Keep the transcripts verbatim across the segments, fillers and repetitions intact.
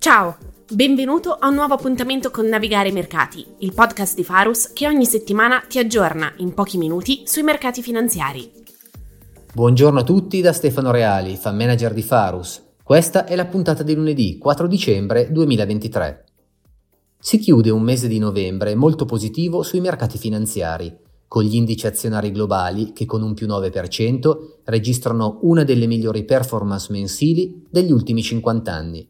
Ciao, benvenuto a un nuovo appuntamento con Navigare i Mercati, il podcast di Farus che ogni settimana ti aggiorna in pochi minuti sui mercati finanziari. Buongiorno a tutti da Stefano Reali, fan manager di Farus. Questa è la puntata di lunedì quattro dicembre duemilaventitré. Si chiude un mese di novembre molto positivo sui mercati finanziari, con gli indici azionari globali che con un più nove per cento registrano una delle migliori performance mensili degli ultimi cinquanta anni.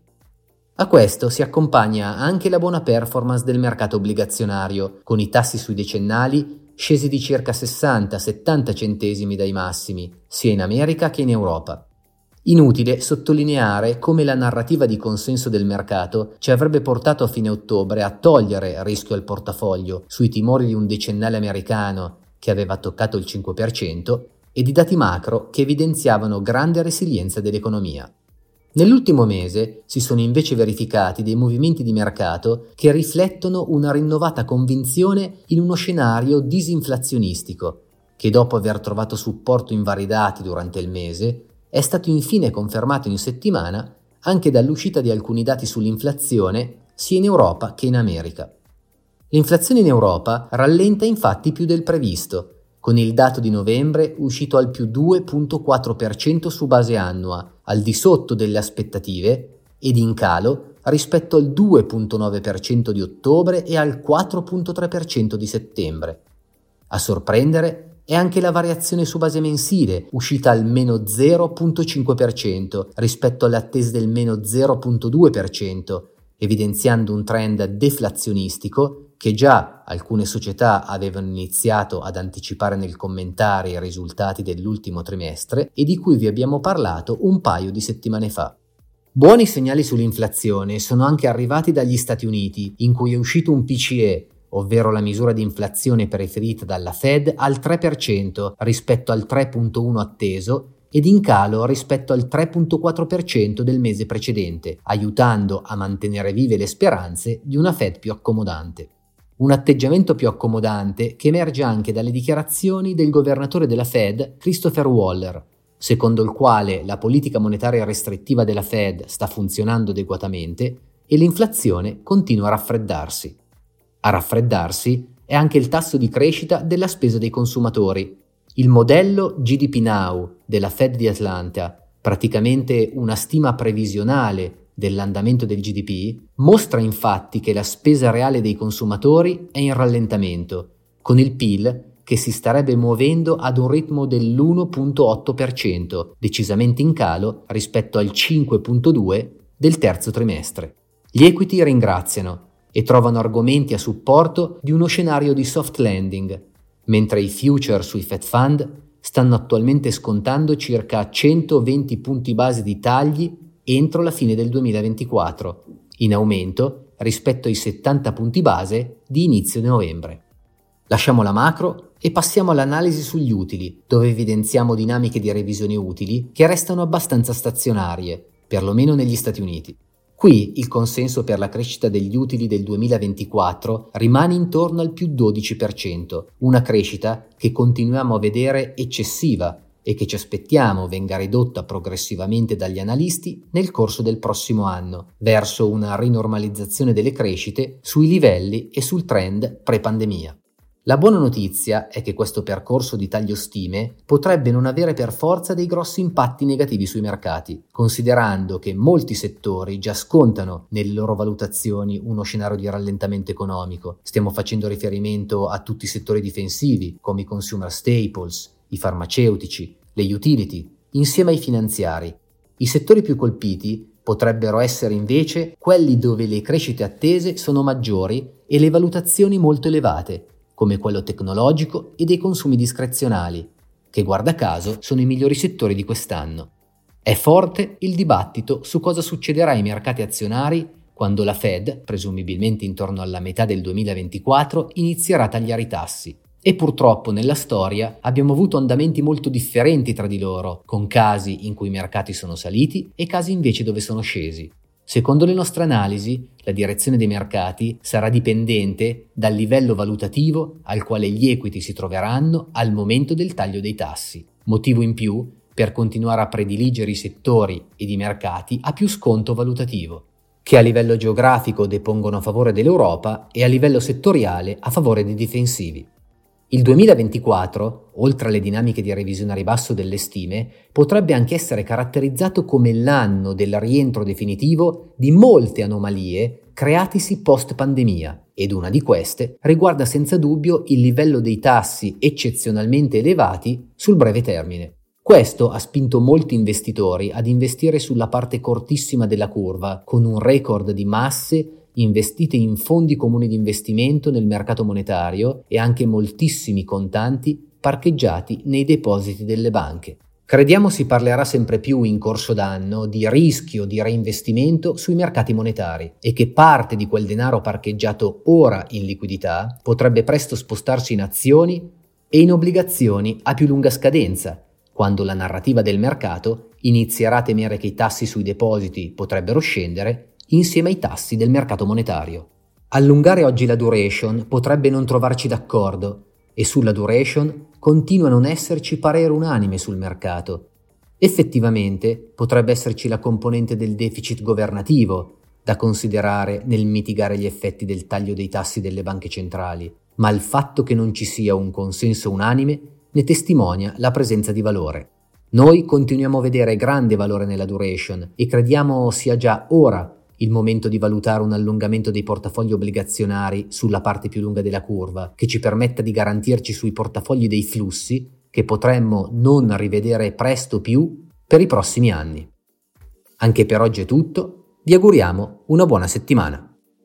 A questo si accompagna anche la buona performance del mercato obbligazionario, con i tassi sui decennali scesi di circa sessanta settanta centesimi dai massimi, sia in America che in Europa. Inutile sottolineare come la narrativa di consenso del mercato ci avrebbe portato a fine ottobre a togliere rischio al portafoglio sui timori di un decennale americano che aveva toccato il cinque per cento e di dati macro che evidenziavano grande resilienza dell'economia. Nell'ultimo mese si sono invece verificati dei movimenti di mercato che riflettono una rinnovata convinzione in uno scenario disinflazionistico, che dopo aver trovato supporto in vari dati durante il mese, è stato infine confermato in settimana anche dall'uscita di alcuni dati sull'inflazione sia in Europa che in America. L'inflazione in Europa rallenta infatti più del previsto, con il dato di novembre uscito al più due virgola quattro per cento su base annua, al di sotto delle aspettative, ed in calo rispetto al due virgola nove per cento di ottobre e al quattro virgola tre per cento di settembre. A sorprendere è anche la variazione su base mensile, uscita al meno zero virgola cinque per cento rispetto alle attese del meno zero virgola due per cento, evidenziando un trend deflazionistico che già alcune società avevano iniziato ad anticipare nel commentare i risultati dell'ultimo trimestre e di cui vi abbiamo parlato un paio di settimane fa. Buoni segnali sull'inflazione sono anche arrivati dagli Stati Uniti, in cui è uscito un P C E, ovvero la misura di inflazione preferita dalla Fed, al tre per cento rispetto al tre virgola uno per cento atteso ed in calo rispetto al tre virgola quattro per cento del mese precedente, aiutando a mantenere vive le speranze di una Fed più accomodante. Un atteggiamento più accomodante che emerge anche dalle dichiarazioni del governatore della Fed, Christopher Waller, secondo il quale la politica monetaria restrittiva della Fed sta funzionando adeguatamente e l'inflazione continua a raffreddarsi. A raffreddarsi è anche il tasso di crescita della spesa dei consumatori. Il modello G D P Now della Fed di Atlanta, praticamente una stima previsionale dell'andamento del G D P, mostra infatti che la spesa reale dei consumatori è in rallentamento, con il P I L che si starebbe muovendo ad un ritmo dell'uno virgola otto per cento, decisamente in calo rispetto al cinque virgola due per cento del terzo trimestre. Gli equity ringraziano e trovano argomenti a supporto di uno scenario di soft landing, mentre i future sui Fed Fund stanno attualmente scontando circa centoventi punti base di tagli entro la fine del duemilaventiquattro, in aumento rispetto ai settanta punti base di inizio novembre. Lasciamo la macro e passiamo all'analisi sugli utili, dove evidenziamo dinamiche di revisione utili che restano abbastanza stazionarie, perlomeno negli Stati Uniti. Qui il consenso per la crescita degli utili del duemilaventiquattro rimane intorno al più dodici per cento, una crescita che continuiamo a vedere eccessiva e che ci aspettiamo venga ridotta progressivamente dagli analisti nel corso del prossimo anno, verso una rinormalizzazione delle crescite sui livelli e sul trend pre-pandemia. La buona notizia è che questo percorso di taglio stime potrebbe non avere per forza dei grossi impatti negativi sui mercati, considerando che molti settori già scontano nelle loro valutazioni uno scenario di rallentamento economico. Stiamo facendo riferimento a tutti i settori difensivi, come i consumer staples, i farmaceutici, le utility, insieme ai finanziari. I settori più colpiti potrebbero essere invece quelli dove le crescite attese sono maggiori e le valutazioni molto elevate, come quello tecnologico e dei consumi discrezionali, che guarda caso sono i migliori settori di quest'anno. È forte il dibattito su cosa succederà ai mercati azionari quando la Fed, presumibilmente intorno alla metà del duemilaventiquattro, inizierà a tagliare i tassi. E purtroppo nella storia abbiamo avuto andamenti molto differenti tra di loro, con casi in cui i mercati sono saliti e casi invece dove sono scesi. Secondo le nostre analisi, la direzione dei mercati sarà dipendente dal livello valutativo al quale gli equity si troveranno al momento del taglio dei tassi, motivo in più per continuare a prediligere i settori ed i mercati a più sconto valutativo. che a livello geografico depongono a favore dell'Europa e a livello settoriale a favore dei difensivi. Il duemilaventiquattro, oltre alle dinamiche di revisione a ribasso delle stime, potrebbe anche essere caratterizzato come l'anno del rientro definitivo di molte anomalie creatisi post-pandemia, ed una di queste riguarda senza dubbio il livello dei tassi eccezionalmente elevati sul breve termine. Questo ha spinto molti investitori ad investire sulla parte cortissima della curva, con un record di masse investite in fondi comuni di investimento nel mercato monetario e anche moltissimi contanti parcheggiati nei depositi delle banche. Crediamo si parlerà sempre più in corso d'anno di rischio di reinvestimento sui mercati monetari e che parte di quel denaro parcheggiato ora in liquidità potrebbe presto spostarsi in azioni e in obbligazioni a più lunga scadenza, quando la narrativa del mercato inizierà a temere che i tassi sui depositi potrebbero scendere insieme ai tassi del mercato monetario. Allungare oggi la duration potrebbe non trovarci d'accordo e sulla duration continua a non esserci parere unanime sul mercato. Effettivamente potrebbe esserci la componente del deficit governativo da considerare nel mitigare gli effetti del taglio dei tassi delle banche centrali, ma il fatto che non ci sia un consenso unanime ne testimonia la presenza di valore. Noi continuiamo a vedere grande valore nella duration e crediamo sia già ora il momento di valutare un allungamento dei portafogli obbligazionari sulla parte più lunga della curva, che ci permetta di garantirci sui portafogli dei flussi che potremmo non rivedere presto più per i prossimi anni. Anche per oggi è tutto, vi auguriamo una buona settimana.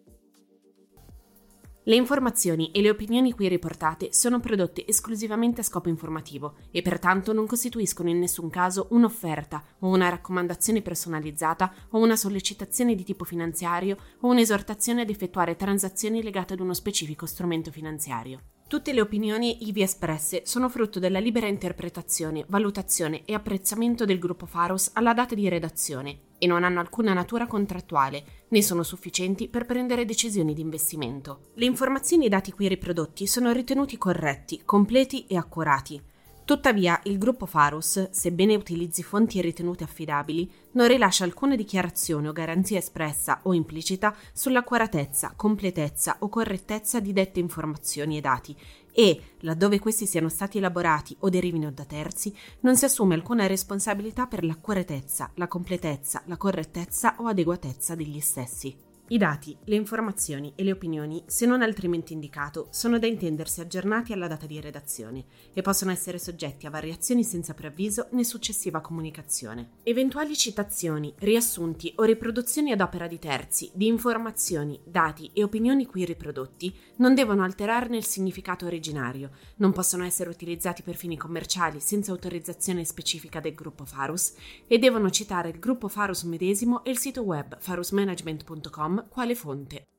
Le informazioni e le opinioni qui riportate sono prodotte esclusivamente a scopo informativo e pertanto non costituiscono in nessun caso un'offerta o una raccomandazione personalizzata o una sollecitazione di tipo finanziario o un'esortazione ad effettuare transazioni legate ad uno specifico strumento finanziario. Tutte le opinioni ivi espresse sono frutto della libera interpretazione, valutazione e apprezzamento del gruppo Pharos alla data di redazione e non hanno alcuna natura contrattuale, né sono sufficienti per prendere decisioni di investimento. Le informazioni e i dati qui riprodotti sono ritenuti corretti, completi e accurati. Tuttavia, il gruppo Pharos, sebbene utilizzi fonti ritenute affidabili, non rilascia alcuna dichiarazione o garanzia espressa o implicita sull'accuratezza, completezza o correttezza di dette informazioni e dati e, laddove questi siano stati elaborati o derivino da terzi, non si assume alcuna responsabilità per l'accuratezza, la completezza, la correttezza o adeguatezza degli stessi. I dati, le informazioni e le opinioni, se non altrimenti indicato, sono da intendersi aggiornati alla data di redazione e possono essere soggetti a variazioni senza preavviso né successiva comunicazione. Eventuali citazioni, riassunti o riproduzioni ad opera di terzi di informazioni, dati e opinioni qui riprodotti non devono alterarne il significato originario, non possono essere utilizzati per fini commerciali senza autorizzazione specifica del gruppo Pharos e devono citare il gruppo Pharos medesimo e il sito web pharosmanagement punto com quale fonte.